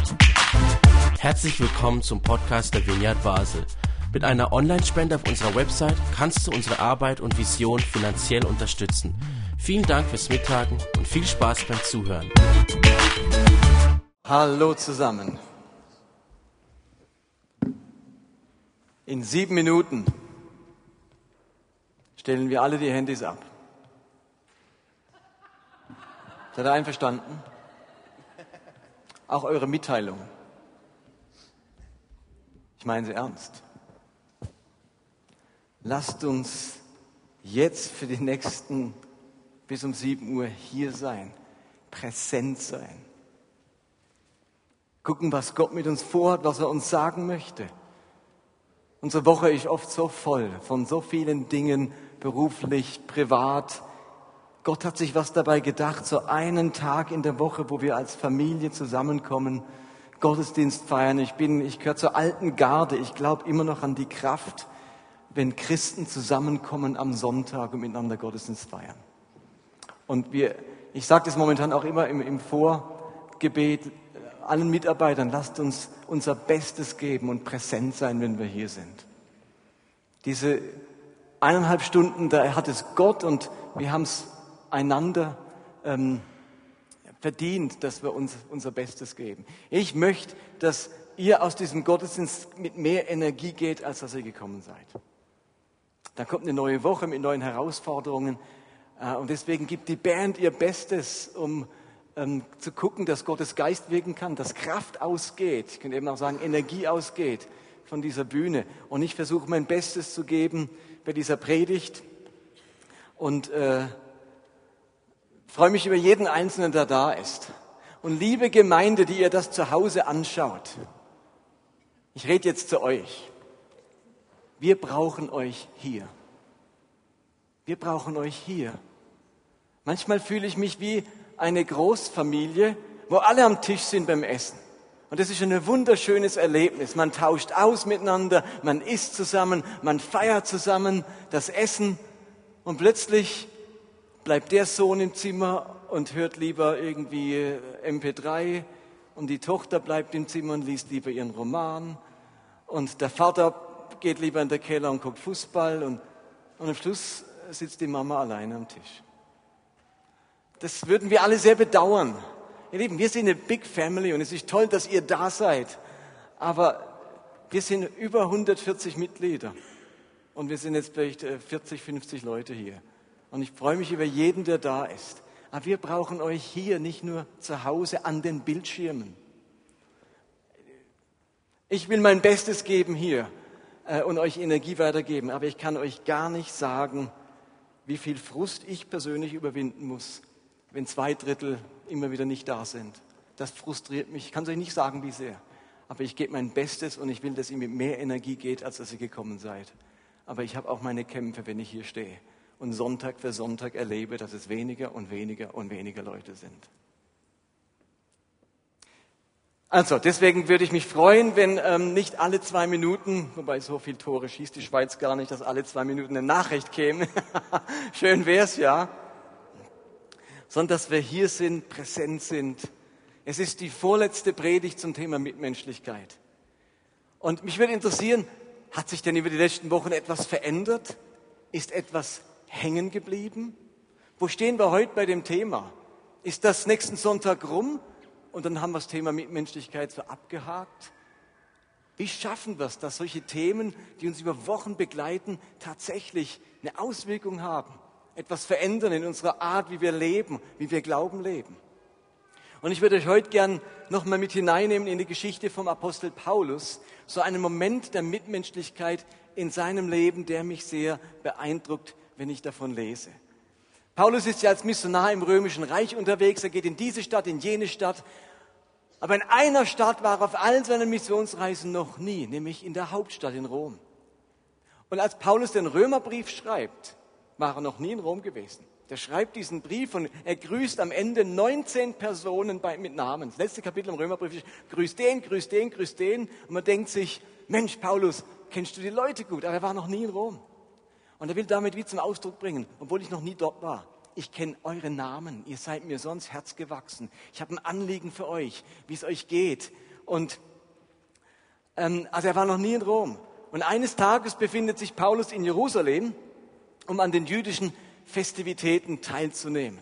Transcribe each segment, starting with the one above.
Herzlich willkommen zum Podcast der Vineyard Basel. Mit einer Online-Spende auf unserer Website kannst du unsere Arbeit und Vision finanziell unterstützen. Vielen Dank fürs Mittagen und viel Spaß beim Zuhören. Hallo zusammen. In 7 Minuten stellen wir alle die Handys ab. Seid ihr einverstanden? Auch eure Mitteilungen. Ich meine sie ernst. Lasst uns jetzt für die nächsten bis um 7 Uhr hier sein, präsent sein. Gucken, was Gott mit uns vorhat, was er uns sagen möchte. Unsere Woche ist oft so voll von so vielen Dingen, beruflich, privat. Gott hat sich was dabei gedacht, so einen Tag in der Woche, wo wir als Familie zusammenkommen, Gottesdienst feiern. Ich gehöre zur alten Garde. Ich glaube immer noch an die Kraft, wenn Christen zusammenkommen am Sonntag und miteinander Gottesdienst feiern. Und ich sage das momentan auch immer im Vorgebet, allen Mitarbeitern, lasst uns unser Bestes geben und präsent sein, wenn wir hier sind. Diese 1,5 Stunden, da hat es Gott und wir haben es einander verdient, dass wir uns unser Bestes geben. Ich möchte, dass ihr aus diesem Gottesdienst mit mehr Energie geht, als dass ihr gekommen seid. Da kommt eine neue Woche mit neuen Herausforderungen und deswegen gibt die Band ihr Bestes, um zu gucken, dass Gottes Geist wirken kann, dass Kraft ausgeht, ich könnte eben auch sagen, Energie ausgeht von dieser Bühne. Und ich versuche mein Bestes zu geben bei dieser Predigt und freue mich über jeden Einzelnen, der da ist. Und liebe Gemeinde, die ihr das zu Hause anschaut, ich rede jetzt zu euch. Wir brauchen euch hier. Wir brauchen euch hier. Manchmal fühle ich mich wie eine Großfamilie, wo alle am Tisch sind beim Essen. Und das ist ein wunderschönes Erlebnis. Man tauscht aus miteinander, man isst zusammen, man feiert zusammen das Essen und plötzlich bleibt der Sohn im Zimmer und hört lieber irgendwie MP3 und die Tochter bleibt im Zimmer und liest lieber ihren Roman und der Vater geht lieber in den Keller und guckt Fußball und am Schluss sitzt die Mama alleine am Tisch. Das würden wir alle sehr bedauern. Ihr Lieben, wir sind eine Big Family und es ist toll, dass ihr da seid. Aber wir sind über 140 Mitglieder und wir sind jetzt vielleicht 40, 50 Leute hier. Und ich freue mich über jeden, der da ist. Aber wir brauchen euch hier, nicht nur zu Hause an den Bildschirmen. Ich will mein Bestes geben hier und euch Energie weitergeben. Aber ich kann euch gar nicht sagen, wie viel Frust ich persönlich überwinden muss, wenn 2/3 immer wieder nicht da sind. Das frustriert mich. Ich kann es euch nicht sagen, wie sehr. Aber ich gebe mein Bestes und ich will, dass ihr mit mehr Energie geht, als dass ihr gekommen seid. Aber ich habe auch meine Kämpfe, wenn ich hier stehe und Sonntag für Sonntag erlebe, dass es weniger und weniger und weniger Leute sind. Also, deswegen würde ich mich freuen, wenn nicht alle 2 Minuten, wobei so viel Tore schießt die Schweiz gar nicht, dass alle 2 Minuten eine Nachricht käme. Schön wär's, ja. Sondern dass wir hier sind, präsent sind. Es ist die vorletzte Predigt zum Thema Mitmenschlichkeit. Und mich würde interessieren, hat sich denn über die letzten Wochen etwas verändert? Ist etwas hängen geblieben? Wo stehen wir heute bei dem Thema? Ist das nächsten Sonntag rum und dann haben wir das Thema Mitmenschlichkeit so abgehakt? Wie schaffen wir es, dass solche Themen, die uns über Wochen begleiten, tatsächlich eine Auswirkung haben? Etwas verändern in unserer Art, wie wir leben, wie wir Glauben leben. Und ich würde euch heute gern nochmal mit hineinnehmen in die Geschichte vom Apostel Paulus, so einen Moment der Mitmenschlichkeit in seinem Leben, der mich sehr beeindruckt, wenn ich davon lese. Paulus ist ja als Missionar im Römischen Reich unterwegs, er geht in diese Stadt, in jene Stadt, aber in einer Stadt war er auf allen seinen Missionsreisen noch nie, nämlich in der Hauptstadt in Rom. Und als Paulus den Römerbrief schreibt, war er noch nie in Rom gewesen. Der schreibt diesen Brief und er grüßt am Ende 19 Personen mit Namen. Das letzte Kapitel im Römerbrief ist, grüß den, grüß den, grüß den. Und man denkt sich, Mensch, Paulus, kennst du die Leute gut? Aber er war noch nie in Rom. Und er will damit wie zum Ausdruck bringen, obwohl ich noch nie dort war. Ich kenne eure Namen, ihr seid mir sonst Herz gewachsen. Ich habe ein Anliegen für euch, wie es euch geht. Und also er war noch nie in Rom. Und eines Tages befindet sich Paulus in Jerusalem, um an den jüdischen Festivitäten teilzunehmen.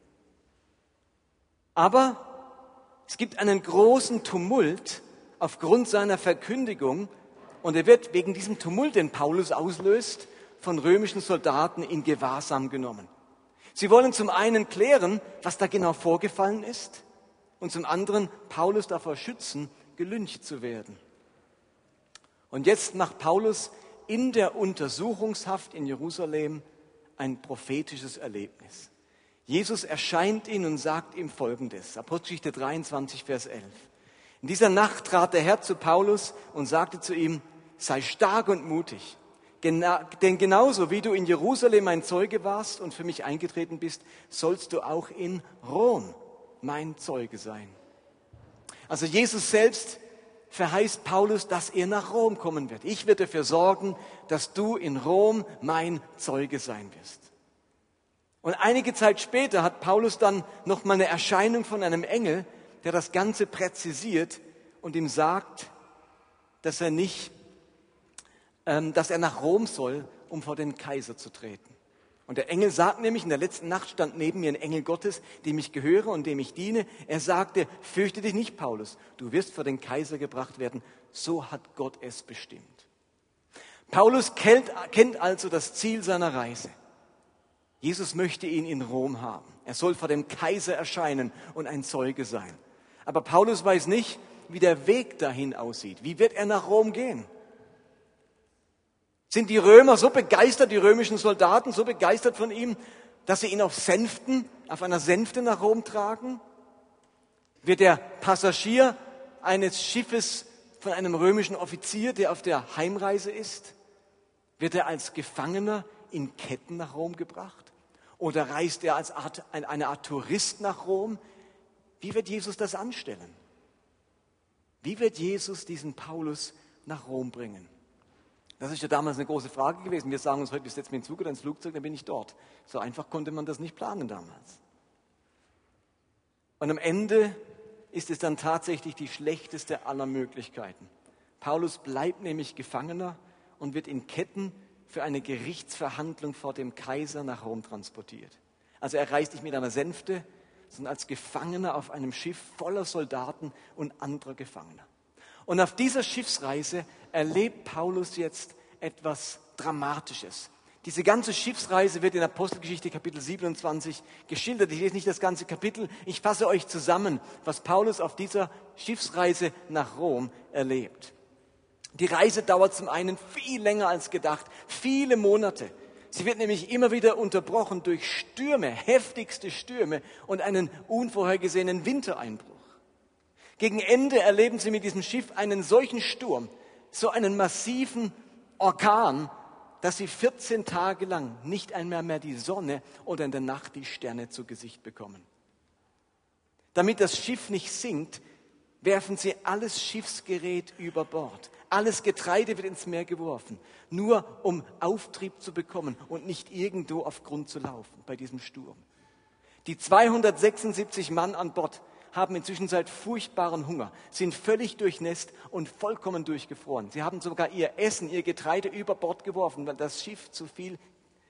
Aber es gibt einen großen Tumult aufgrund seiner Verkündigung und er wird wegen diesem Tumult, den Paulus auslöst, von römischen Soldaten in Gewahrsam genommen. Sie wollen zum einen klären, was da genau vorgefallen ist und zum anderen Paulus davor schützen, gelyncht zu werden. Und jetzt macht Paulus in der Untersuchungshaft in Jerusalem ein prophetisches Erlebnis. Jesus erscheint ihm und sagt ihm Folgendes, Apostelgeschichte 23, Vers 11. In dieser Nacht trat der Herr zu Paulus und sagte zu ihm, sei stark und mutig, denn genauso wie du in Jerusalem ein Zeuge warst und für mich eingetreten bist, sollst du auch in Rom mein Zeuge sein. Also Jesus selbst verheißt Paulus, dass er nach Rom kommen wird. Ich werde dafür sorgen, dass du in Rom mein Zeuge sein wirst. Und einige Zeit später hat Paulus dann nochmal eine Erscheinung von einem Engel, der das Ganze präzisiert und ihm sagt, dass er nach Rom soll, um vor den Kaiser zu treten. Und der Engel sagt nämlich, in der letzten Nacht stand neben mir ein Engel Gottes, dem ich gehöre und dem ich diene. Er sagte, fürchte dich nicht, Paulus, du wirst vor den Kaiser gebracht werden. So hat Gott es bestimmt. Paulus kennt also das Ziel seiner Reise. Jesus möchte ihn in Rom haben. Er soll vor dem Kaiser erscheinen und ein Zeuge sein. Aber Paulus weiß nicht, wie der Weg dahin aussieht. Wie wird er nach Rom gehen? Sind die Römer so begeistert, die römischen Soldaten so begeistert von ihm, dass sie ihn auf einer Sänfte nach Rom tragen? Wird er Passagier eines Schiffes von einem römischen Offizier, der auf der Heimreise ist? Wird er als Gefangener in Ketten nach Rom gebracht? Oder reist er als eine Art Tourist nach Rom? Wie wird Jesus das anstellen? Wie wird Jesus diesen Paulus nach Rom bringen? Das ist ja damals eine große Frage gewesen. Wir sagen uns heute, ich setze mich in den Zug oder ins Flugzeug, dann bin ich dort. So einfach konnte man das nicht planen damals. Und am Ende ist es dann tatsächlich die schlechteste aller Möglichkeiten. Paulus bleibt nämlich Gefangener und wird in Ketten für eine Gerichtsverhandlung vor dem Kaiser nach Rom transportiert. Also er reist nicht mit einer Sänfte, sondern als Gefangener auf einem Schiff voller Soldaten und anderer Gefangener. Und auf dieser Schiffsreise erlebt Paulus jetzt etwas Dramatisches. Diese ganze Schiffsreise wird in Apostelgeschichte Kapitel 27 geschildert. Ich lese nicht das ganze Kapitel, ich fasse euch zusammen, was Paulus auf dieser Schiffsreise nach Rom erlebt. Die Reise dauert zum einen viel länger als gedacht, viele Monate. Sie wird nämlich immer wieder unterbrochen durch Stürme, heftigste Stürme und einen unvorhergesehenen Wintereinbruch. Gegen Ende erleben sie mit diesem Schiff einen solchen Sturm, so einen massiven Orkan, dass sie 14 Tage lang nicht einmal mehr die Sonne oder in der Nacht die Sterne zu Gesicht bekommen. Damit das Schiff nicht sinkt, werfen sie alles Schiffsgerät über Bord. Alles Getreide wird ins Meer geworfen, nur um Auftrieb zu bekommen und nicht irgendwo auf Grund zu laufen bei diesem Sturm. Die 276 Mann an Bord haben inzwischen seit furchtbaren Hunger, sind völlig durchnässt und vollkommen durchgefroren. Sie haben sogar ihr Essen, ihr Getreide über Bord geworfen, weil das Schiff zu viel,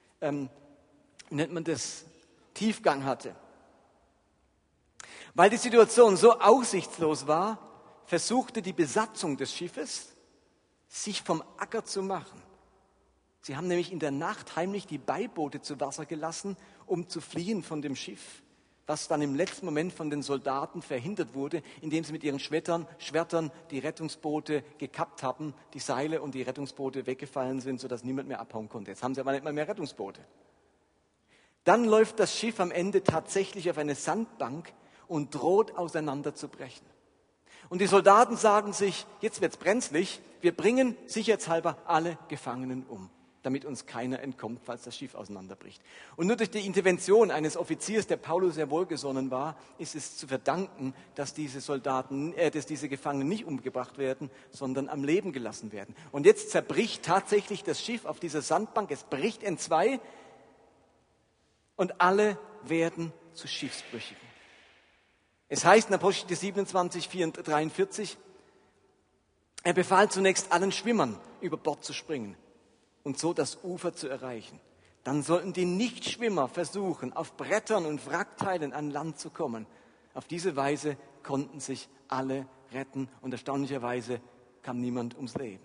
Tiefgang hatte. Weil die Situation so aussichtslos war, versuchte die Besatzung des Schiffes, sich vom Acker zu machen. Sie haben nämlich in der Nacht heimlich die Beiboote zu Wasser gelassen, um zu fliehen von dem Schiff, was dann im letzten Moment von den Soldaten verhindert wurde, indem sie mit ihren Schwertern die Rettungsboote gekappt haben, die Seile und die Rettungsboote weggefallen sind, sodass niemand mehr abhauen konnte. Jetzt haben sie aber nicht mal mehr Rettungsboote. Dann läuft das Schiff am Ende tatsächlich auf eine Sandbank und droht auseinanderzubrechen. Und die Soldaten sagen sich, jetzt wird's brenzlig, wir bringen sicherheitshalber alle Gefangenen um, damit uns keiner entkommt, falls das Schiff auseinanderbricht. Und nur durch die Intervention eines Offiziers, der Paulus sehr wohlgesonnen war, ist es zu verdanken, dass diese Gefangenen nicht umgebracht werden, sondern am Leben gelassen werden. Und jetzt zerbricht tatsächlich das Schiff auf dieser Sandbank, es bricht in zwei und alle werden zu Schiffsbrüchigen. Es heißt in Apostelgeschichte 27, 43, Er befahl zunächst allen Schwimmern, über Bord zu springen und so das Ufer zu erreichen. Dann sollten die Nichtschwimmer versuchen, auf Brettern und Wrackteilen an Land zu kommen. Auf diese Weise konnten sich alle retten und erstaunlicherweise kam niemand ums Leben.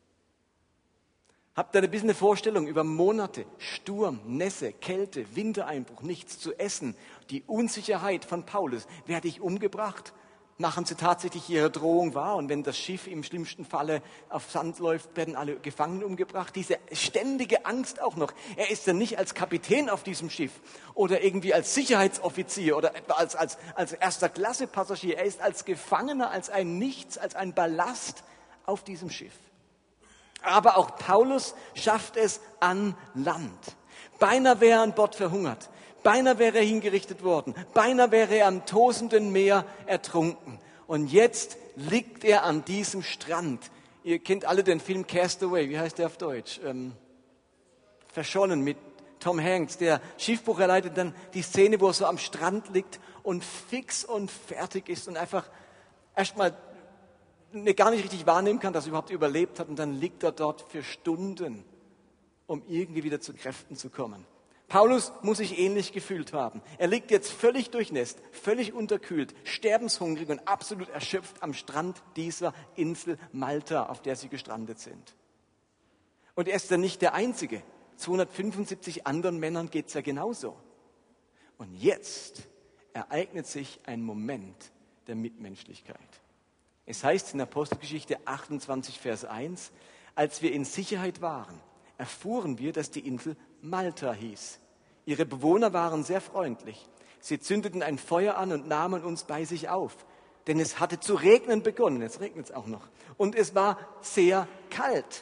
Habt ihr ein bisschen eine Vorstellung über Monate, Sturm, Nässe, Kälte, Wintereinbruch, nichts zu essen, die Unsicherheit von Paulus, werde ich umgebracht? Machen sie tatsächlich ihre Drohung wahr und wenn das Schiff im schlimmsten Falle auf Sand läuft, werden alle Gefangenen umgebracht? Diese ständige Angst auch noch. Er ist ja nicht als Kapitän auf diesem Schiff oder irgendwie als Sicherheitsoffizier oder etwa als Erster-Klasse-Passagier. Er ist als Gefangener, als ein Nichts, als ein Ballast auf diesem Schiff. Aber auch Paulus schafft es an Land. Beinahe wäre er an Bord verhungert. Beinahe wäre er hingerichtet worden. Beinahe wäre er am tosenden Meer ertrunken. Und jetzt liegt er an diesem Strand. Ihr kennt alle den Film Castaway. Wie heißt der auf Deutsch? Verschollen mit Tom Hanks. Der Schiffbruch erleidet dann die Szene, wo er so am Strand liegt und fix und fertig ist und einfach erstmal gar nicht richtig wahrnehmen kann, dass er überhaupt überlebt hat. Und dann liegt er dort für Stunden, um irgendwie wieder zu Kräften zu kommen. Paulus muss sich ähnlich gefühlt haben. Er liegt jetzt völlig durchnässt, völlig unterkühlt, sterbenshungrig und absolut erschöpft am Strand dieser Insel Malta, auf der sie gestrandet sind. Und er ist ja nicht der Einzige. 275 anderen Männern geht es ja genauso. Und jetzt ereignet sich ein Moment der Mitmenschlichkeit. Es heißt in Apostelgeschichte 28, Vers 1, als wir in Sicherheit waren, erfuhren wir, dass die Insel Malta hieß. Ihre Bewohner waren sehr freundlich. Sie zündeten ein Feuer an und nahmen uns bei sich auf. Denn es hatte zu regnen begonnen. Jetzt regnet es auch noch. Und es war sehr kalt.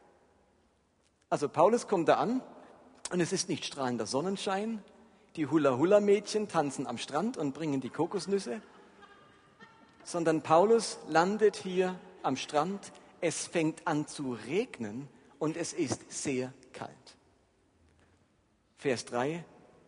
Also Paulus kommt da an und es ist nicht strahlender Sonnenschein. Die Hula-Hula-Mädchen tanzen am Strand und bringen die Kokosnüsse. Sondern Paulus landet hier am Strand. Es fängt an zu regnen und es ist sehr kalt. Vers 3.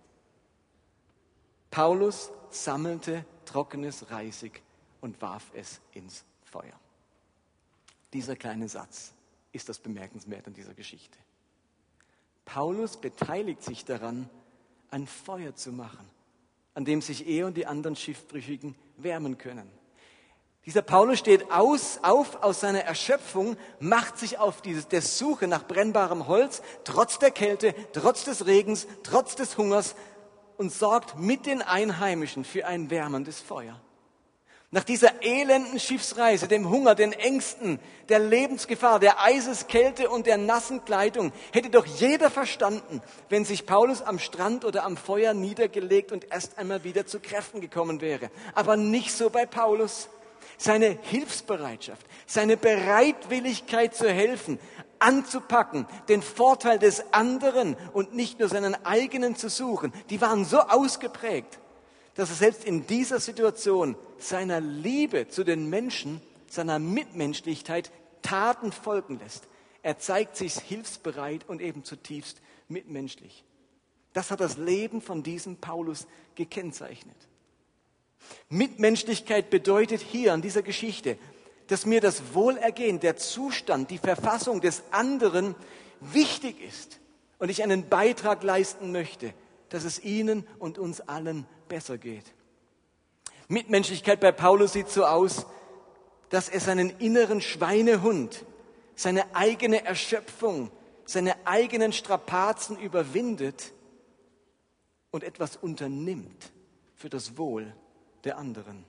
Paulus sammelte trockenes Reisig und warf es ins Feuer. Dieser kleine Satz ist das Bemerkenswerte an dieser Geschichte. Paulus beteiligt sich daran, ein Feuer zu machen, an dem sich er und die anderen Schiffbrüchigen wärmen können. Dieser Paulus steht auf aus seiner Erschöpfung, macht sich auf der Suche nach brennbarem Holz, trotz der Kälte, trotz des Regens, trotz des Hungers und sorgt mit den Einheimischen für ein wärmendes Feuer. Nach dieser elenden Schiffsreise, dem Hunger, den Ängsten, der Lebensgefahr, der Eiseskälte und der nassen Kleidung, hätte doch jeder verstanden, wenn sich Paulus am Strand oder am Feuer niedergelegt und erst einmal wieder zu Kräften gekommen wäre. Aber nicht so bei Paulus. Seine Hilfsbereitschaft, seine Bereitwilligkeit zu helfen, anzupacken, den Vorteil des anderen und nicht nur seinen eigenen zu suchen, die waren so ausgeprägt, dass er selbst in dieser Situation seiner Liebe zu den Menschen, seiner Mitmenschlichkeit Taten folgen lässt. Er zeigt sich hilfsbereit und eben zutiefst mitmenschlich. Das hat das Leben von diesem Paulus gekennzeichnet. Mitmenschlichkeit bedeutet hier an dieser Geschichte, dass mir das Wohlergehen, der Zustand, die Verfassung des anderen wichtig ist und ich einen Beitrag leisten möchte, dass es ihnen und uns allen besser geht. Mitmenschlichkeit bei Paulus sieht so aus, dass er seinen inneren Schweinehund, seine eigene Erschöpfung, seine eigenen Strapazen überwindet und etwas unternimmt für das Wohl der anderen.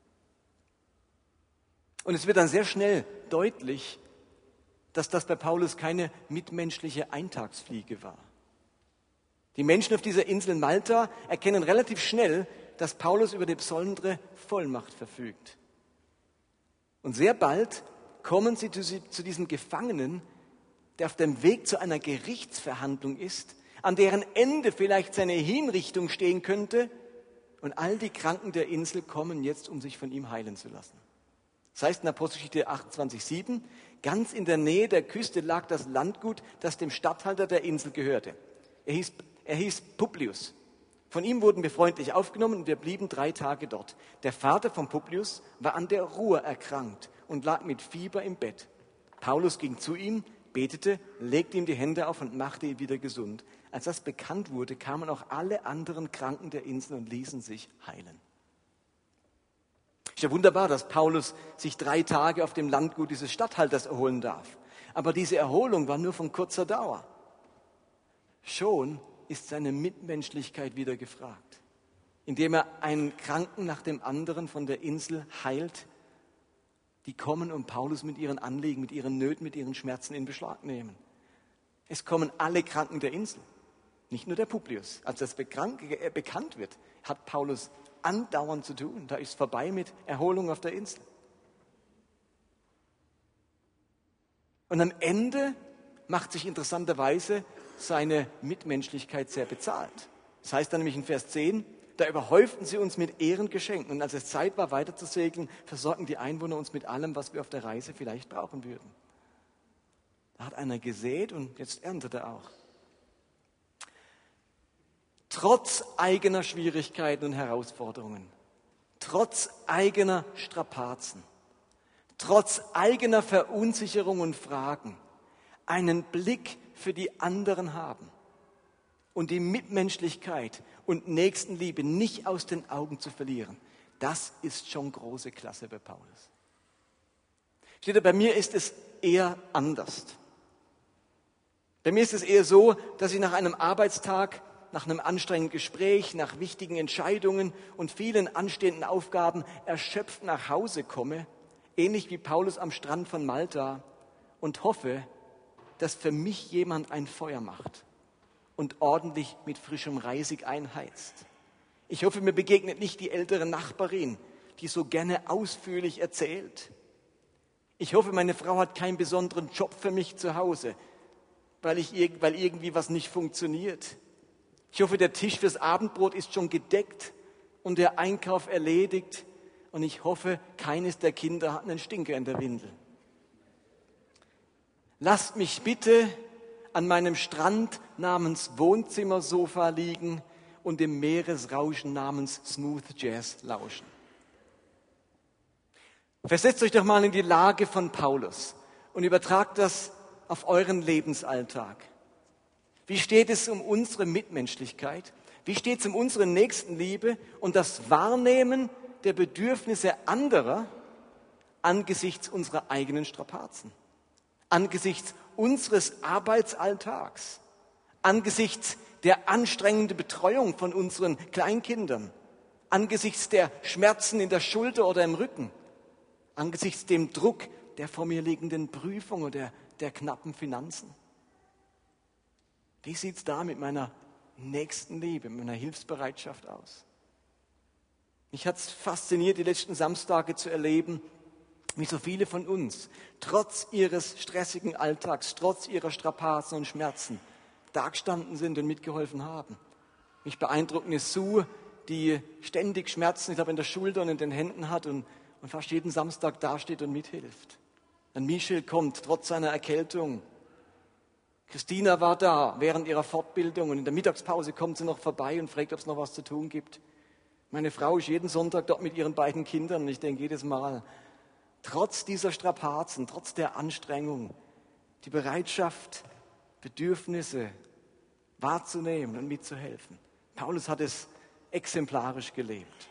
Und es wird dann sehr schnell deutlich, dass das bei Paulus keine mitmenschliche Eintagsfliege war. Die Menschen auf dieser Insel Malta erkennen relativ schnell, dass Paulus über die besondere Vollmacht verfügt. Und sehr bald kommen sie zu diesem Gefangenen, der auf dem Weg zu einer Gerichtsverhandlung ist, an deren Ende vielleicht seine Hinrichtung stehen könnte. Und all die Kranken der Insel kommen jetzt, um sich von ihm heilen zu lassen. Das heißt in Apostelgeschichte 28,7, ganz in der Nähe der Küste lag das Landgut, das dem Statthalter der Insel gehörte. Er hieß Publius. Von ihm wurden wir freundlich aufgenommen und wir blieben 3 Tage dort. Der Vater von Publius war an der Ruhr erkrankt und lag mit Fieber im Bett. Paulus ging zu ihm, betete, legte ihm die Hände auf und machte ihn wieder gesund. Als das bekannt wurde, kamen auch alle anderen Kranken der Insel und ließen sich heilen. Ist ja wunderbar, dass Paulus sich 3 Tage auf dem Landgut dieses Statthalters erholen darf. Aber diese Erholung war nur von kurzer Dauer. Schon ist seine Mitmenschlichkeit wieder gefragt, indem er einen Kranken nach dem anderen von der Insel heilt. Die kommen und Paulus mit ihren Anliegen, mit ihren Nöten, mit ihren Schmerzen in Beschlag nehmen. Es kommen alle Kranken der Insel, nicht nur der Publius. Als das bekannt wird, hat Paulus andauernd zu tun. Da ist vorbei mit Erholung auf der Insel. Und am Ende macht sich interessanterweise seine Mitmenschlichkeit sehr bezahlt. Das heißt dann nämlich in Vers 10, da überhäuften sie uns mit Ehrengeschenken. Und als es Zeit war, weiter zu segeln, versorgten die Einwohner uns mit allem, was wir auf der Reise vielleicht brauchen würden. Da hat einer gesät und jetzt erntet er auch. Trotz eigener Schwierigkeiten und Herausforderungen, trotz eigener Strapazen, trotz eigener Verunsicherung und Fragen, einen Blick für die anderen haben und die Mitmenschlichkeit und Nächstenliebe nicht aus den Augen zu verlieren, das ist schon große Klasse bei Paulus. Steht da, bei mir ist es eher anders. Bei mir ist es eher so, dass ich nach einem Arbeitstag, nach einem anstrengenden Gespräch, nach wichtigen Entscheidungen und vielen anstehenden Aufgaben erschöpft nach Hause komme, ähnlich wie Paulus am Strand von Malta, und hoffe, dass für mich jemand ein Feuer macht und ordentlich mit frischem Reisig einheizt. Ich hoffe, mir begegnet nicht die ältere Nachbarin, die so gerne ausführlich erzählt. Ich hoffe, meine Frau hat keinen besonderen Job für mich zu Hause, weil irgendwie was nicht funktioniert. Ich hoffe, der Tisch fürs Abendbrot ist schon gedeckt und der Einkauf erledigt. Und ich hoffe, keines der Kinder hat einen Stinker in der Windel. Lasst mich bitte an meinem Strand namens Wohnzimmersofa liegen und dem Meeresrauschen namens Smooth Jazz lauschen. Versetzt euch doch mal in die Lage von Paulus und übertragt das auf euren Lebensalltag. Wie steht es um unsere Mitmenschlichkeit? Wie steht es um unsere Nächstenliebe und das Wahrnehmen der Bedürfnisse anderer angesichts unserer eigenen Strapazen? Angesichts unseres Arbeitsalltags? Angesichts der anstrengenden Betreuung von unseren Kleinkindern? Angesichts der Schmerzen in der Schulter oder im Rücken? Angesichts dem Druck der vor mir liegenden Prüfung oder der knappen Finanzen? Wie sieht es da mit meiner Nächstenliebe, mit meiner Hilfsbereitschaft aus? Mich hat es fasziniert, die letzten Samstage zu erleben, wie so viele von uns trotz ihres stressigen Alltags, trotz ihrer Strapazen und Schmerzen dagestanden sind und mitgeholfen haben. Mich beeindruckt eine Sue, die ständig Schmerzen, ich glaube, in der Schulter und in den Händen hat und fast jeden Samstag dasteht und mithilft. Dann Michel kommt trotz seiner Erkältung. Christina war da während ihrer Fortbildung und in der Mittagspause kommt sie noch vorbei und fragt, ob es noch was zu tun gibt. Meine Frau ist jeden Sonntag dort mit ihren beiden Kindern und ich denke jedes Mal, trotz dieser Strapazen, trotz der Anstrengung, die Bereitschaft, Bedürfnisse wahrzunehmen und mitzuhelfen. Paulus hat es exemplarisch gelebt.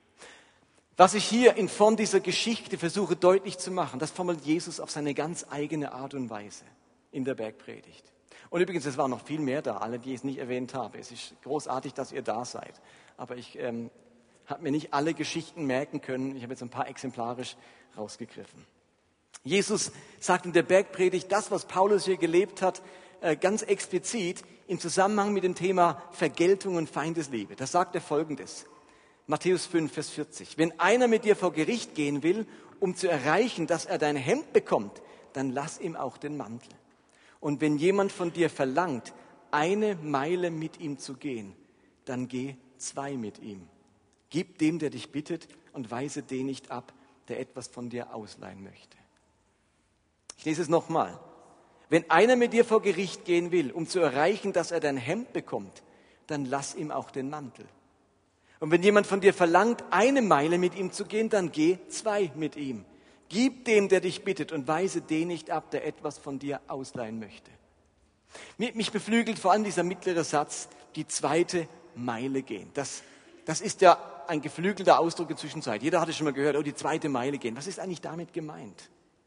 Was ich hier in Form dieser Geschichte versuche deutlich zu machen, das formuliert Jesus auf seine ganz eigene Art und Weise in der Bergpredigt. Und übrigens, es waren noch viel mehr da, alle, die ich es nicht erwähnt habe. Es ist großartig, dass ihr da seid. Aber ich habe mir nicht alle Geschichten merken können. Ich habe jetzt ein paar exemplarisch rausgegriffen. Jesus sagt in der Bergpredigt das, was Paulus hier gelebt hat, ganz explizit im Zusammenhang mit dem Thema Vergeltung und Feindesliebe. Da sagt er Folgendes. Matthäus 5, Vers 40. Wenn einer mit dir vor Gericht gehen will, um zu erreichen, dass er dein Hemd bekommt, dann lass ihm auch den Mantel. Und wenn jemand von dir verlangt, 1 Meile mit ihm zu gehen, dann geh 2 mit ihm. Gib dem, der dich bittet, und weise den nicht ab, der etwas von dir ausleihen möchte. Ich lese es nochmal. Wenn einer mit dir vor Gericht gehen will, um zu erreichen, dass er dein Hemd bekommt, dann lass ihm auch den Mantel. Und wenn jemand von dir verlangt, 1 Meile mit ihm zu gehen, dann geh 2 mit ihm. Gib dem, der dich bittet, und weise den nicht ab, der etwas von dir ausleihen möchte. Mich beflügelt vor allem dieser mittlere Satz, die zweite Meile gehen. Das ist ja ein geflügelter Ausdruck in der Zwischenzeit. Jeder hatte schon mal gehört, die zweite Meile gehen. Was ist eigentlich damit gemeint?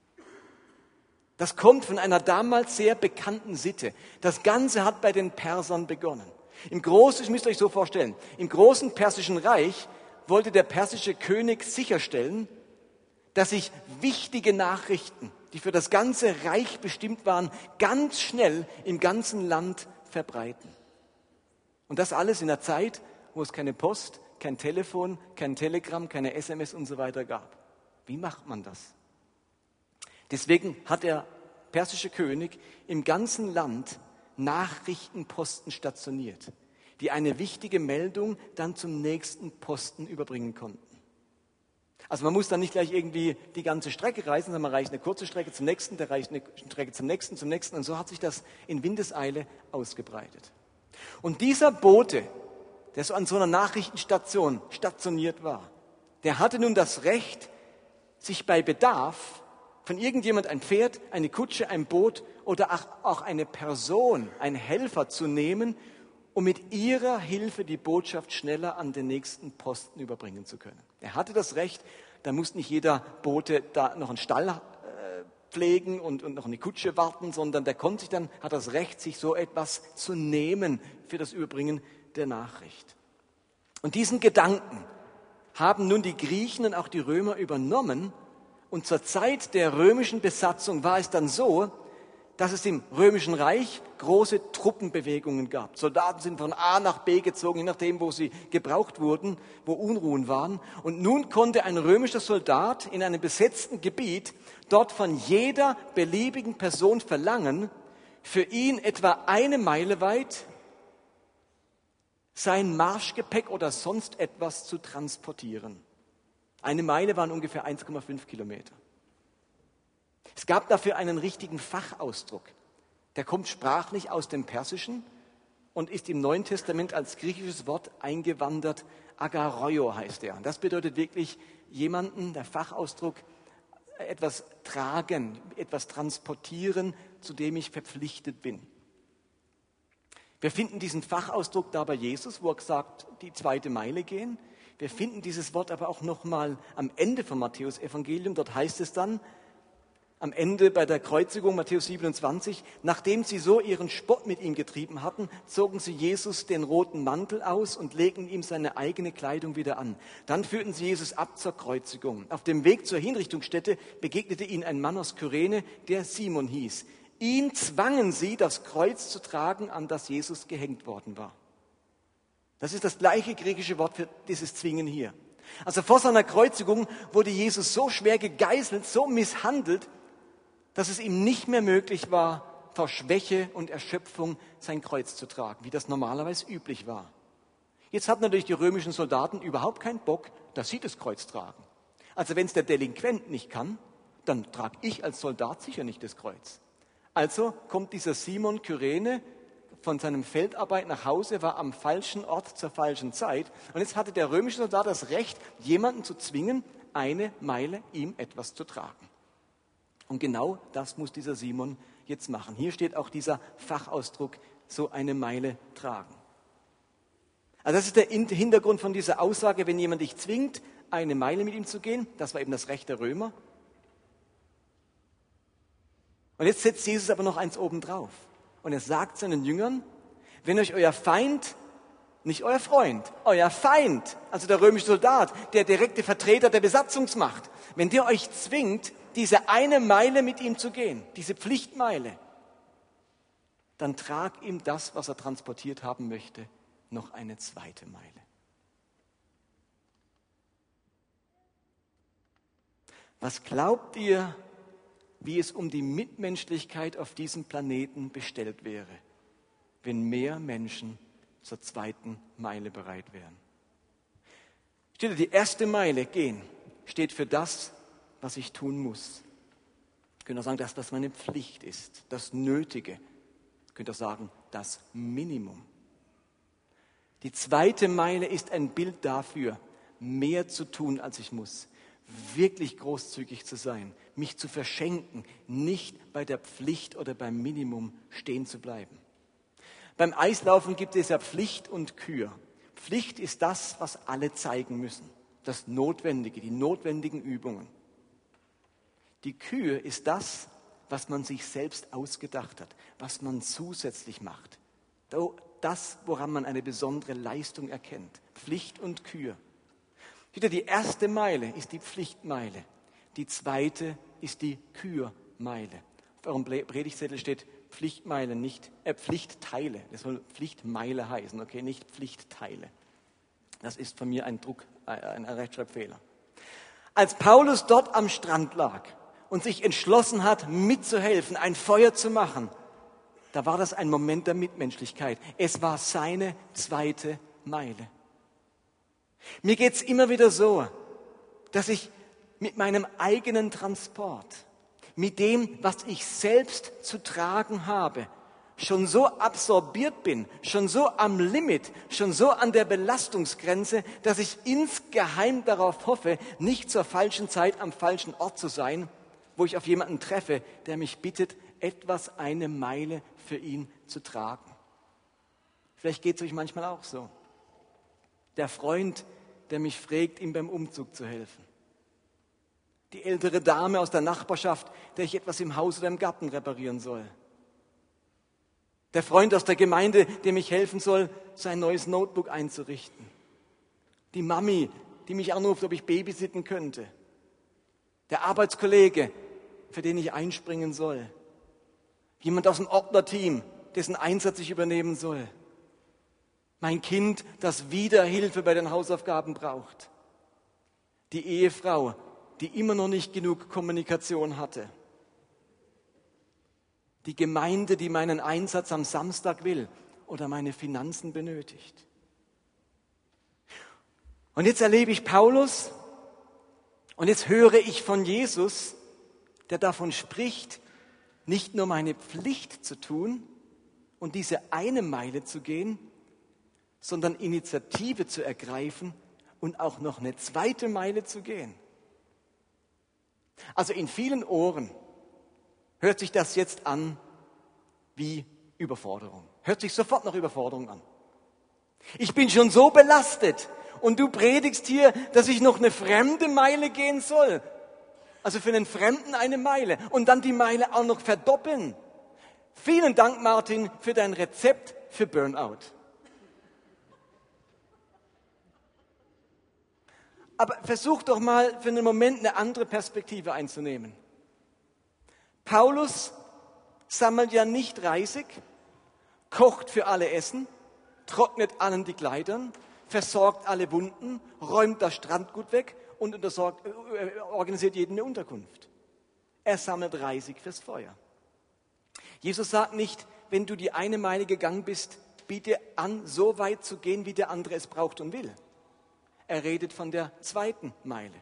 Das kommt von einer damals sehr bekannten Sitte. Das Ganze hat bei den Persern begonnen. Ich müsst euch so vorstellen, im großen Persischen Reich wollte der persische König sicherstellen, dass sich wichtige Nachrichten, die für das ganze Reich bestimmt waren, ganz schnell im ganzen Land verbreiten. Und das alles in einer Zeit, wo es keine Post, kein Telefon, kein Telegramm, keine SMS und so weiter gab. Wie macht man das? Deswegen hat der persische König im ganzen Land Nachrichtenposten stationiert, die eine wichtige Meldung dann zum nächsten Posten überbringen konnten. Also man muss dann nicht gleich irgendwie die ganze Strecke reisen, sondern man reicht eine kurze Strecke zum nächsten, der reicht eine Strecke zum nächsten. Und so hat sich das in Windeseile ausgebreitet. Und dieser Bote, der so an so einer Nachrichtenstation stationiert war, der hatte nun das Recht, sich bei Bedarf von irgendjemand ein Pferd, eine Kutsche, ein Boot oder auch eine Person, einen Helfer zu nehmen, um mit ihrer Hilfe die Botschaft schneller an den nächsten Posten überbringen zu können. Er hatte das Recht, da muss nicht jeder Bote da noch einen Stall pflegen und noch eine Kutsche warten, sondern der hat das Recht, sich so etwas zu nehmen für das Überbringen der Nachricht. Und diesen Gedanken haben nun die Griechen und auch die Römer übernommen. Und zur Zeit der römischen Besatzung war es dann so, dass es im Römischen Reich große Truppenbewegungen gab. Soldaten sind von A nach B gezogen, je nachdem, wo sie gebraucht wurden, wo Unruhen waren. Und nun konnte ein römischer Soldat in einem besetzten Gebiet dort von jeder beliebigen Person verlangen, für ihn etwa 1 Meile weit sein Marschgepäck oder sonst etwas zu transportieren. 1 Meile waren ungefähr 1,5 Kilometer. Es gab dafür einen richtigen Fachausdruck. Der kommt sprachlich aus dem Persischen und ist im Neuen Testament als griechisches Wort eingewandert. Agaroio heißt er. Das bedeutet wirklich jemanden, der Fachausdruck, etwas tragen, etwas transportieren, zu dem ich verpflichtet bin. Wir finden diesen Fachausdruck da bei Jesus, wo er sagt, die 2. Meile gehen. Wir finden dieses Wort aber auch nochmal am Ende vom Matthäus-Evangelium. Dort heißt es dann, am Ende bei der Kreuzigung, Matthäus 27, nachdem sie so ihren Spott mit ihm getrieben hatten, zogen sie Jesus den roten Mantel aus und legten ihm seine eigene Kleidung wieder an. Dann führten sie Jesus ab zur Kreuzigung. Auf dem Weg zur Hinrichtungsstätte begegnete ihnen ein Mann aus Kyrene, der Simon hieß. Ihn zwangen sie, das Kreuz zu tragen, an das Jesus gehängt worden war. Das ist das gleiche griechische Wort für dieses Zwingen hier. Also vor seiner Kreuzigung wurde Jesus so schwer gegeißelt, so misshandelt, dass es ihm nicht mehr möglich war, vor Schwäche und Erschöpfung sein Kreuz zu tragen, wie das normalerweise üblich war. Jetzt hatten natürlich die römischen Soldaten überhaupt keinen Bock, dass sie das Kreuz tragen. Also wenn es der Delinquent nicht kann, dann trage ich als Soldat sicher nicht das Kreuz. Also kommt dieser Simon Kyrene von seinem Feldarbeit nach Hause, war am falschen Ort zur falschen Zeit. Und jetzt hatte der römische Soldat das Recht, jemanden zu zwingen, 1 Meile ihm etwas zu tragen. Und genau das muss dieser Simon jetzt machen. Hier steht auch dieser Fachausdruck, so 1 Meile tragen. Also das ist der Hintergrund von dieser Aussage, wenn jemand dich zwingt, 1 Meile mit ihm zu gehen, das war eben das Recht der Römer. Und jetzt setzt Jesus aber noch eins obendrauf. Und er sagt seinen Jüngern, wenn euch euer Feind, nicht euer Freund, euer Feind, also der römische Soldat, der direkte Vertreter der Besatzungsmacht, wenn der euch zwingt, diese 1 Meile mit ihm zu gehen, diese Pflichtmeile, dann trag ihm das, was er transportiert haben möchte, noch eine 2. Meile. Was glaubt ihr, wie es um die Mitmenschlichkeit auf diesem Planeten bestellt wäre, wenn mehr Menschen zur 2. Meile bereit wären? Steht ihr, die 1. Meile gehen steht für das, was ich tun muss. Ich könnte auch sagen, das, was meine Pflicht ist, das Nötige. Ich könnte auch sagen, das Minimum. Die 2. Meile ist ein Bild dafür, mehr zu tun, als ich muss. wirklich großzügig zu sein, mich zu verschenken, nicht bei der Pflicht oder beim Minimum stehen zu bleiben. Beim Eislaufen gibt es ja Pflicht und Kür. Pflicht ist das, was alle zeigen müssen, das Notwendige, die notwendigen Übungen. Die Kür ist das, was man sich selbst ausgedacht hat, was man zusätzlich macht. Das, woran man eine besondere Leistung erkennt. Pflicht und Kür. Wieder die erste Meile ist die Pflichtmeile. Die zweite ist die Kürmeile. Auf eurem Predigtzettel steht Pflichtmeile, nicht Pflichtteile. Das soll Pflichtmeile heißen, okay, nicht Pflichtteile. Das ist von mir ein Rechtschreibfehler. Als Paulus dort am Strand lag und sich entschlossen hat, mitzuhelfen, ein Feuer zu machen, da war das ein Moment der Mitmenschlichkeit. Es war seine zweite Meile. Mir geht's immer wieder so, dass ich mit meinem eigenen Transport, mit dem, was ich selbst zu tragen habe, schon so absorbiert bin, schon so am Limit, schon so an der Belastungsgrenze, dass ich insgeheim darauf hoffe, nicht zur falschen Zeit am falschen Ort zu sein, wo ich auf jemanden treffe, der mich bittet, etwas eine Meile für ihn zu tragen. Vielleicht geht es euch manchmal auch so. Der Freund, der mich fragt, ihm beim Umzug zu helfen. Die ältere Dame aus der Nachbarschaft, der ich etwas im Haus oder im Garten reparieren soll. Der Freund aus der Gemeinde, dem ich helfen soll, sein neues Notebook einzurichten. Die Mami, die mich anruft, ob ich babysitten könnte. Der Arbeitskollege, für den ich einspringen soll. Jemand aus dem Ordnerteam, dessen Einsatz ich übernehmen soll. Mein Kind, das wieder Hilfe bei den Hausaufgaben braucht. Die Ehefrau, die immer noch nicht genug Kommunikation hatte. Die Gemeinde, die meinen Einsatz am Samstag will oder meine Finanzen benötigt. Und jetzt erlebe ich Paulus und jetzt höre ich von Jesus, der davon spricht, nicht nur meine Pflicht zu tun und diese eine Meile zu gehen, sondern Initiative zu ergreifen und auch noch eine zweite Meile zu gehen. Also in vielen Ohren hört sich das jetzt an wie Überforderung. Hört sich sofort nach Überforderung an. Ich bin schon so belastet und du predigst hier, dass ich noch eine fremde Meile gehen soll. Also für einen Fremden eine Meile und dann die Meile auch noch verdoppeln. Vielen Dank, Martin, für dein Rezept für Burnout. Aber versuch doch mal für einen Moment eine andere Perspektive einzunehmen. Paulus sammelt ja nicht Reisig, kocht für alle Essen, trocknet allen die Kleidern, versorgt alle Wunden, räumt das Strandgut weg und organisiert jedem eine Unterkunft. Er sammelt Reisig fürs Feuer. Jesus sagt nicht, wenn du die eine Meile gegangen bist, biete an, so weit zu gehen, wie der andere es braucht und will. Er redet von der zweiten Meile.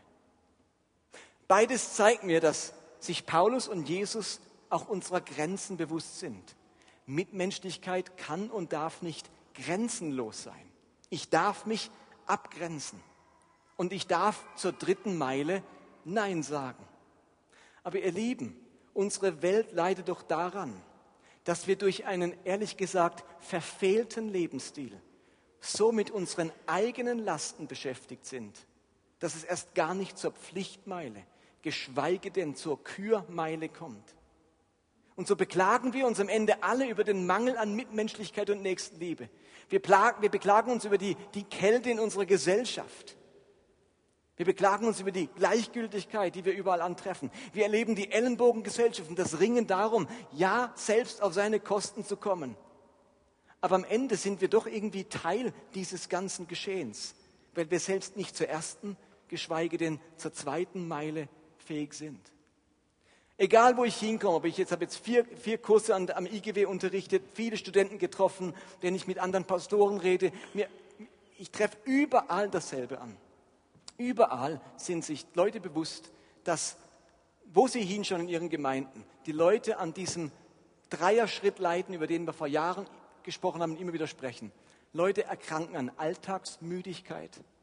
Beides zeigt mir, dass sich Paulus und Jesus auch unserer Grenzen bewusst sind. Mitmenschlichkeit kann und darf nicht grenzenlos sein. Ich darf mich abgrenzen. Und ich darf zur dritten Meile Nein sagen. Aber ihr Lieben, unsere Welt leidet doch daran, dass wir durch einen, ehrlich gesagt, verfehlten Lebensstil so mit unseren eigenen Lasten beschäftigt sind, dass es erst gar nicht zur Pflichtmeile, geschweige denn zur Kürmeile kommt. Und so beklagen wir uns am Ende alle über den Mangel an Mitmenschlichkeit und Nächstenliebe. Wir beklagen uns über die Kälte in unserer Gesellschaft. Wir beklagen uns über die Gleichgültigkeit, die wir überall antreffen. Wir erleben die Ellenbogengesellschaft und das Ringen darum, ja, selbst auf seine Kosten zu kommen. Aber am Ende sind wir doch irgendwie Teil dieses ganzen Geschehens, weil wir selbst nicht zur ersten, geschweige denn zur zweiten Meile fähig sind. Egal, wo ich hinkomme, ich habe jetzt vier Kurse am IGW unterrichtet, viele Studenten getroffen, wenn ich mit anderen Pastoren rede, ich treffe überall dasselbe an. Überall sind sich Leute bewusst, dass, wo sie hinschauen in ihren Gemeinden, die Leute an diesem Dreierschritt leiden, über den wir vor Jahren gesprochen haben und immer wieder sprechen. Leute erkranken an Alltagsmüdigkeit,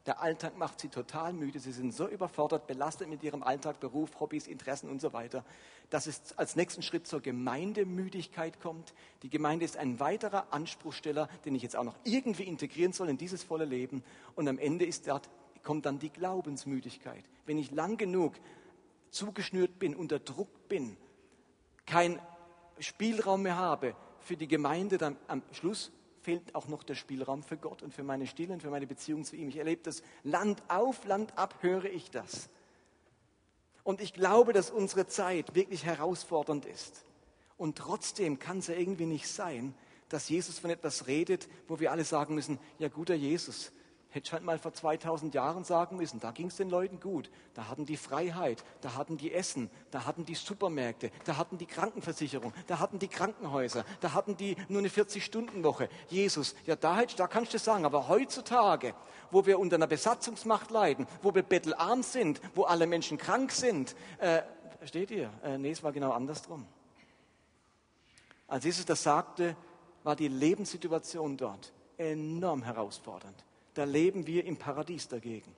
Der Alltag macht sie total müde. Sie sind so überfordert, belastet mit ihrem Alltag, Beruf, Hobbys, Interessen und so weiter, dass es als nächsten Schritt zur Gemeindemüdigkeit kommt. Die Gemeinde ist ein weiterer Anspruchsteller, den ich jetzt auch noch irgendwie integrieren soll in dieses volle Leben. Und am Ende kommt dann die Glaubensmüdigkeit. Wenn ich lang genug zugeschnürt bin, unter Druck bin, keinen Spielraum mehr habe für die Gemeinde, dann am Schluss fehlt auch noch der Spielraum für Gott und für meine Stille und für meine Beziehung zu ihm. Ich erlebe das Land auf, Land ab, höre ich das. Und ich glaube, dass unsere Zeit wirklich herausfordernd ist. Und trotzdem kann es ja irgendwie nicht sein, dass Jesus von etwas redet, wo wir alle sagen müssen, ja guter Jesus, hätte ich halt mal vor 2000 Jahren sagen müssen, da ging es den Leuten gut, da hatten die Freiheit, da hatten die Essen, da hatten die Supermärkte, da hatten die Krankenversicherung, da hatten die Krankenhäuser, da hatten die nur eine 40-Stunden-Woche. Jesus, ja da kannst du das sagen, aber heutzutage, wo wir unter einer Besatzungsmacht leiden, wo wir bettelarm sind, wo alle Menschen krank sind, versteht ihr? Nee, es war genau andersrum. Als Jesus das sagte, war die Lebenssituation dort enorm herausfordernd. Da leben wir im Paradies dagegen.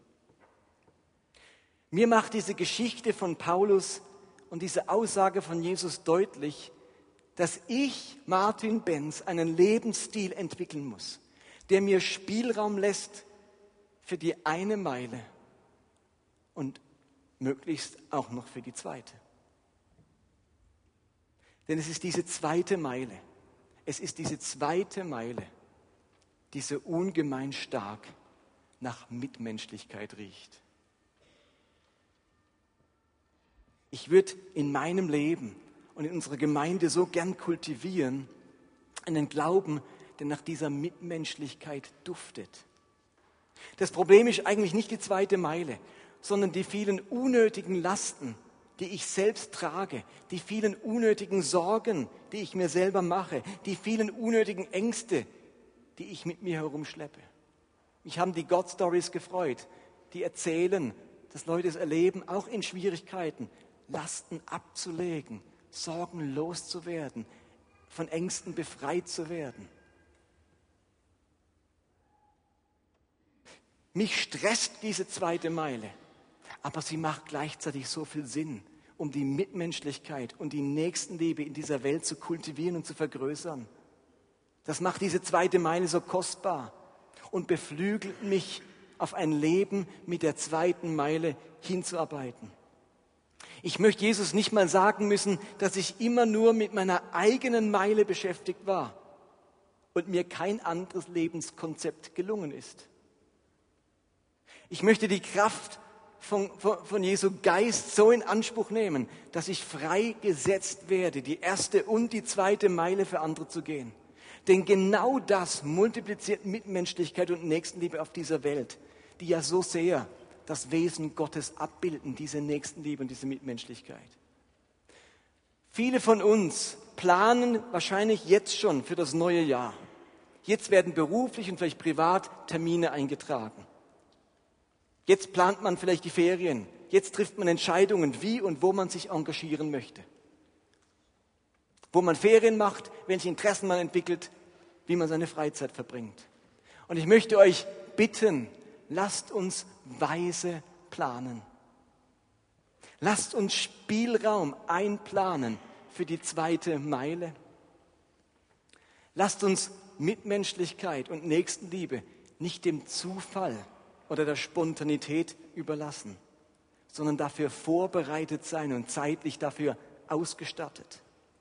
Mir macht diese Geschichte von Paulus und diese Aussage von Jesus deutlich, dass ich, Martin Benz, einen Lebensstil entwickeln muss, der mir Spielraum lässt für die eine Meile und möglichst auch noch für die zweite. Denn es ist diese zweite Meile, die so ungemein stark nach Mitmenschlichkeit riecht. Ich würde in meinem Leben und in unserer Gemeinde so gern kultivieren, einen Glauben, der nach dieser Mitmenschlichkeit duftet. Das Problem ist eigentlich nicht die zweite Meile, sondern die vielen unnötigen Lasten, die ich selbst trage, die vielen unnötigen Sorgen, die ich mir selber mache, die vielen unnötigen Ängste, die ich mit mir herumschleppe. Mich haben die God-Stories gefreut, die erzählen, dass Leute es erleben, auch in Schwierigkeiten, Lasten abzulegen, Sorgen loszuwerden, von Ängsten befreit zu werden. Mich stresst diese zweite Meile, aber sie macht gleichzeitig so viel Sinn, um die Mitmenschlichkeit und die Nächstenliebe in dieser Welt zu kultivieren und zu vergrößern. Das macht diese zweite Meile so kostbar und beflügelt mich, auf ein Leben mit der zweiten Meile hinzuarbeiten. Ich möchte Jesus nicht mal sagen müssen, dass ich immer nur mit meiner eigenen Meile beschäftigt war und mir kein anderes Lebenskonzept gelungen ist. Ich möchte die Kraft von Jesu Geist so in Anspruch nehmen, dass ich freigesetzt werde, die erste und die zweite Meile für andere zu gehen. Denn genau das multipliziert Mitmenschlichkeit und Nächstenliebe auf dieser Welt, die ja so sehr das Wesen Gottes abbilden, diese Nächstenliebe und diese Mitmenschlichkeit. Viele von uns planen wahrscheinlich jetzt schon für das neue Jahr. Jetzt werden beruflich und vielleicht privat Termine eingetragen. Jetzt plant man vielleicht die Ferien. Jetzt trifft man Entscheidungen, wie und wo man sich engagieren möchte. Wo man Ferien macht, welche Interessen man entwickelt, wie man seine Freizeit verbringt. Und ich möchte euch bitten, lasst uns weise planen. Lasst uns Spielraum einplanen für die zweite Meile. Lasst uns Mitmenschlichkeit und Nächstenliebe nicht dem Zufall oder der Spontanität überlassen, sondern dafür vorbereitet sein und zeitlich dafür ausgestattet.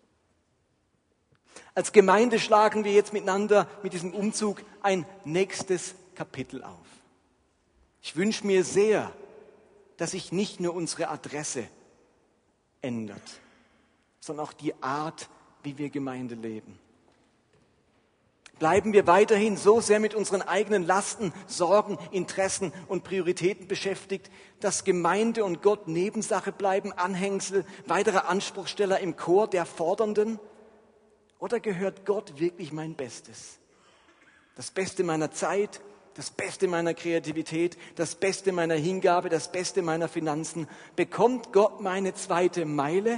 Als Gemeinde schlagen wir jetzt miteinander mit diesem Umzug ein nächstes Kapitel auf. Ich wünsche mir sehr, dass sich nicht nur unsere Adresse ändert, sondern auch die Art, wie wir Gemeinde leben. Bleiben wir weiterhin so sehr mit unseren eigenen Lasten, Sorgen, Interessen und Prioritäten beschäftigt, dass Gemeinde und Gott Nebensache bleiben, Anhängsel, weitere Anspruchsteller im Chor der Fordernden? Oder gehört Gott wirklich mein Bestes? Das Beste meiner Zeit, das Beste meiner Kreativität, das Beste meiner Hingabe, das Beste meiner Finanzen. Bekommt Gott meine zweite Meile,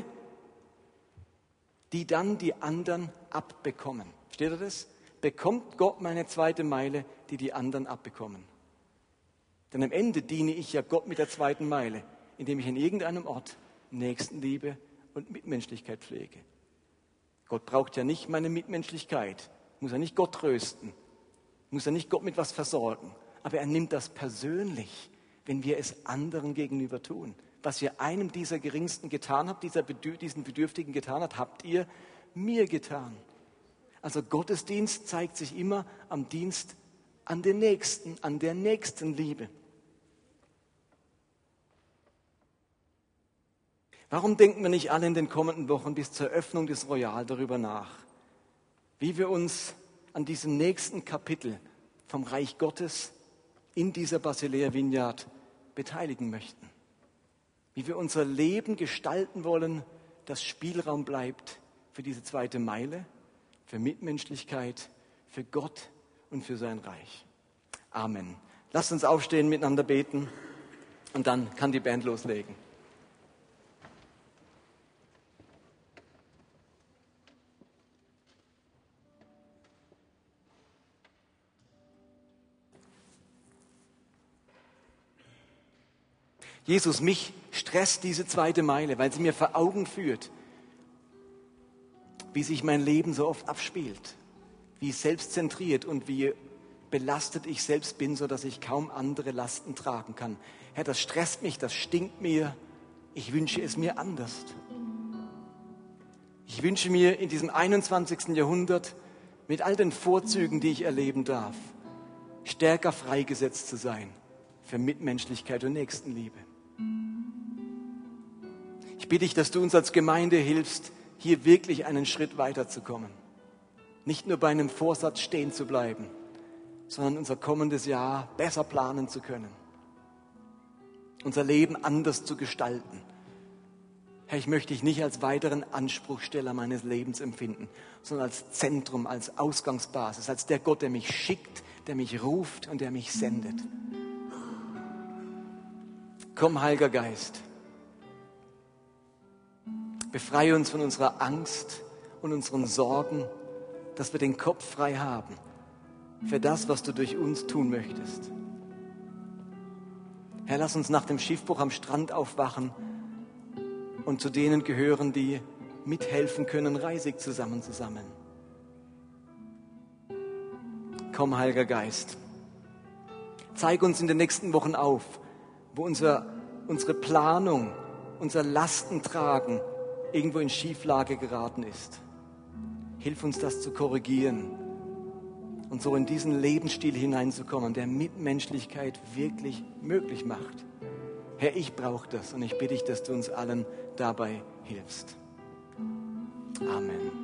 die dann die anderen abbekommen? Versteht ihr das? Bekommt Gott meine zweite Meile, die die anderen abbekommen? Denn am Ende diene ich ja Gott mit der zweiten Meile, indem ich in irgendeinem Ort Nächstenliebe und Mitmenschlichkeit pflege. Gott braucht ja nicht meine Mitmenschlichkeit, muss ja nicht Gott trösten, muss ja nicht Gott mit was versorgen. Aber er nimmt das persönlich, wenn wir es anderen gegenüber tun. Was ihr einem dieser Geringsten getan habt, diesen Bedürftigen getan habt, habt ihr mir getan. Also Gottesdienst zeigt sich immer am Dienst an den Nächsten, an der Nächstenliebe. Warum denken wir nicht alle in den kommenden Wochen bis zur Öffnung des Royal darüber nach, wie wir uns an diesem nächsten Kapitel vom Reich Gottes in dieser Basilea Vineyard beteiligen möchten? Wie wir unser Leben gestalten wollen, dass Spielraum bleibt für diese zweite Meile, für Mitmenschlichkeit, für Gott und für sein Reich. Amen. Lasst uns aufstehen, miteinander beten und dann kann die Band loslegen. Jesus, mich stresst diese zweite Meile, weil sie mir vor Augen führt, wie sich mein Leben so oft abspielt, wie selbstzentriert und wie belastet ich selbst bin, sodass ich kaum andere Lasten tragen kann. Herr, das stresst mich, das stinkt mir. Ich wünsche es mir anders. Ich wünsche mir in diesem 21. Jahrhundert mit all den Vorzügen, die ich erleben darf, stärker freigesetzt zu sein für Mitmenschlichkeit und Nächstenliebe. Ich bitte dich, dass du uns als Gemeinde hilfst, hier wirklich einen Schritt weiterzukommen. Nicht nur bei einem Vorsatz stehen zu bleiben, sondern unser kommendes Jahr besser planen zu können. Unser Leben anders zu gestalten. Herr, ich möchte dich nicht als weiteren Anspruchsteller meines Lebens empfinden, sondern als Zentrum, als Ausgangsbasis, als der Gott, der mich schickt, der mich ruft und der mich sendet. Komm, Heiliger Geist. Befreie uns von unserer Angst und unseren Sorgen, dass wir den Kopf frei haben für das, was du durch uns tun möchtest. Herr, lass uns nach dem Schiffbruch am Strand aufwachen und zu denen gehören, die mithelfen können, Reisig zusammenzusammeln. Komm, Heiliger Geist. Zeig uns in den nächsten Wochen auf, wo unsere Planung, unser Lastentragen irgendwo in Schieflage geraten ist. Hilf uns, das zu korrigieren und so in diesen Lebensstil hineinzukommen, der Mitmenschlichkeit wirklich möglich macht. Herr, ich brauche das und ich bitte dich, dass du uns allen dabei hilfst. Amen.